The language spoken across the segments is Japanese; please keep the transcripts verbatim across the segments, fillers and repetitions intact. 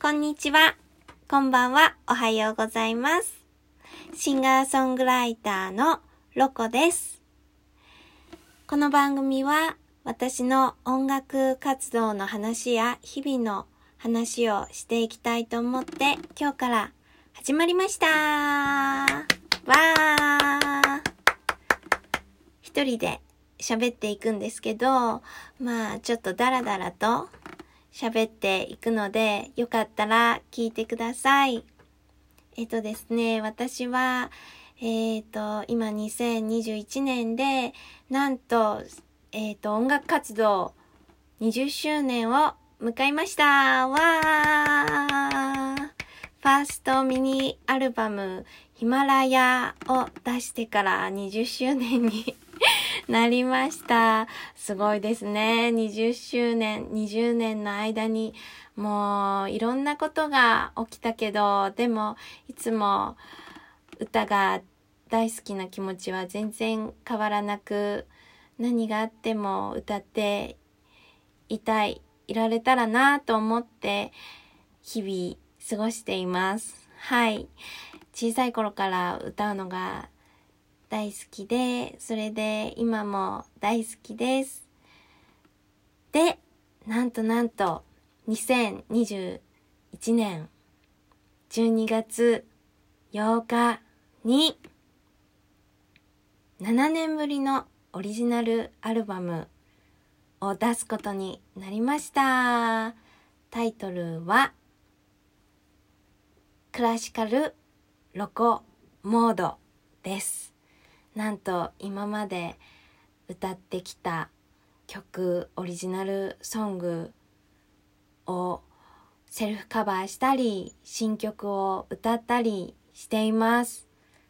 こんにちは、こんばんは、おはようございます。シンガーソングライターのロコです。この番組は私の音楽活動の話や日々の話をしていきたいと思って今日から始まりました。わー。一人で喋っていくんですけど、まあちょっとダラダラと喋っていくので、よかったら聞いてください。えっとですね、私は、えっと、今にせんにじゅういちねんで、なんと、えっと、音楽活動にじゅっしゅうねんを迎えました。わー！ファーストミニアルバム、ヒマラヤを出してからにじゅっしゅうねんになりました。すごいですね。にじゅっしゅうねん、にじゅうねんの間にもういろんなことが起きたけど、でもいつも歌が大好きな気持ちは全然変わらなく、何があっても歌っていたい、いられたらなと思って日々過ごしています。はい。小さい頃から歌うのが大好きで、それで今も大好きです。で、なんとなんとにせんにじゅういちねんじゅうにがつようかにななねんぶりのオリジナルアルバムを出すことになりました。タイトルはクラシカルロコモードです。なんと今まで歌ってきた曲、オリジナルソングをセルフカバーしたり、新曲を歌ったりしています。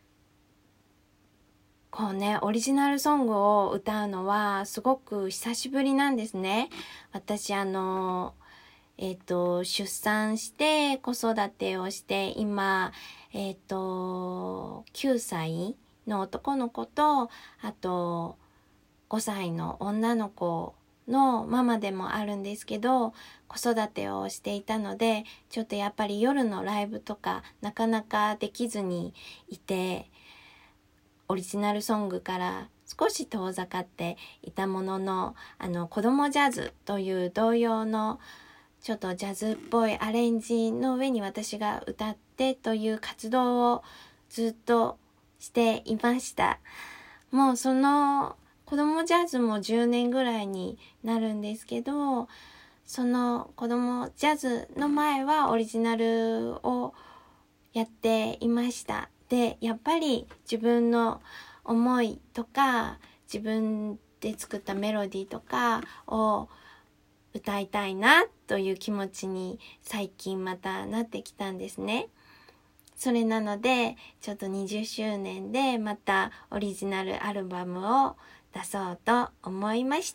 こうね、オリジナルソングを歌うのはすごく久しぶりなんですね。私あの、えっと、出産して子育てをして今、えっと、きゅうさいの男の子と、あとごさいの女の子のママでもあるんですけど、子育てをしていたので、ちょっとやっぱり夜のライブとかなかなかできずにいて、オリジナルソングから少し遠ざかっていたものの、あの子供ジャズという童謡のちょっとジャズっぽいアレンジの上に私が歌ってという活動をずっとしていました。もうその子供ジャズもじゅうねんぐらいになるんですけど、その子供ジャズの前はオリジナルをやっていました。で、やっぱり自分の思いとか自分で作ったメロディーとかを歌いたいなという気持ちに最近またなってきたんですね。それなのでちょっとにじゅっしゅうねんでまたオリジナルアルバムを出そうと思いました。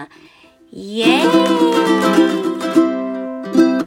イエーイ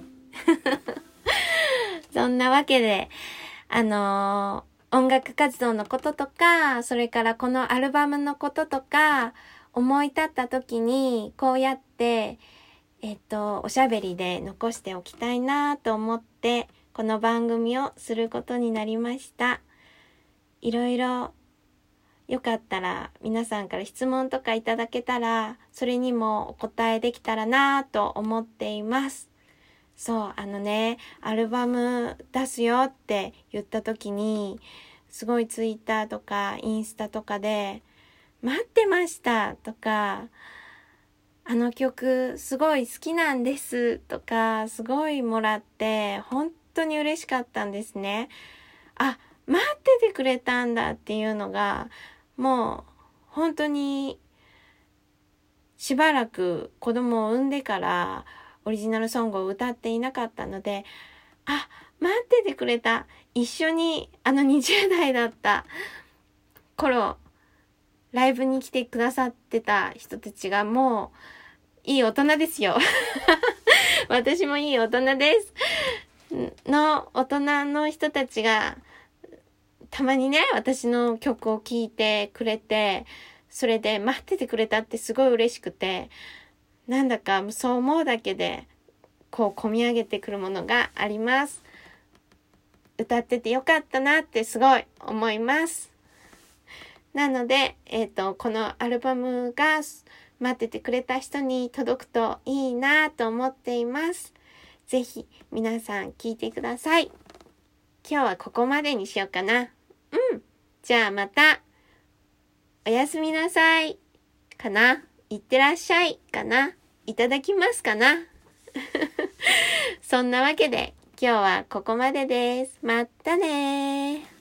そんなわけであのー、音楽活動のこととか、それからこのアルバムのこととか思い立った時にこうやってえっとおしゃべりで残しておきたいなと思ってこの番組をすることになりました。いろいろよかったら皆さんから質問とかいただけたらそれにもお答えできたらなと思っています。そう、あのね、アルバム出すよって言った時にすごいツイッターとかインスタとかで待ってましたとか、あの曲すごい好きなんですとかすごいもらって本当に嬉しかったんですね。あ、待っててくれたんだっていうのがもう本当にしばらく子供を産んでからオリジナルソングを歌っていなかったので、あ、待っててくれた。一緒にあのにじゅうだいだった頃ライブに来てくださってた人たちがもういい大人ですよ私もいい大人ですの大人の人たちがたまにね私の曲を聴いてくれて、それで待っててくれたってすごい嬉しくて、なんだかそう思うだけでこう込み上げてくるものがあります。歌っててよかったなってすごい思います。なので、えっと、このアルバムが待っててくれた人に届くといいなと思っています。ぜひ皆さん聞いてください。今日はここまでにしようかな。うん。じゃあまた。おやすみなさい。かな。いってらっしゃい。かな。いただきますかな。そんなわけで今日はここまでです。またねー。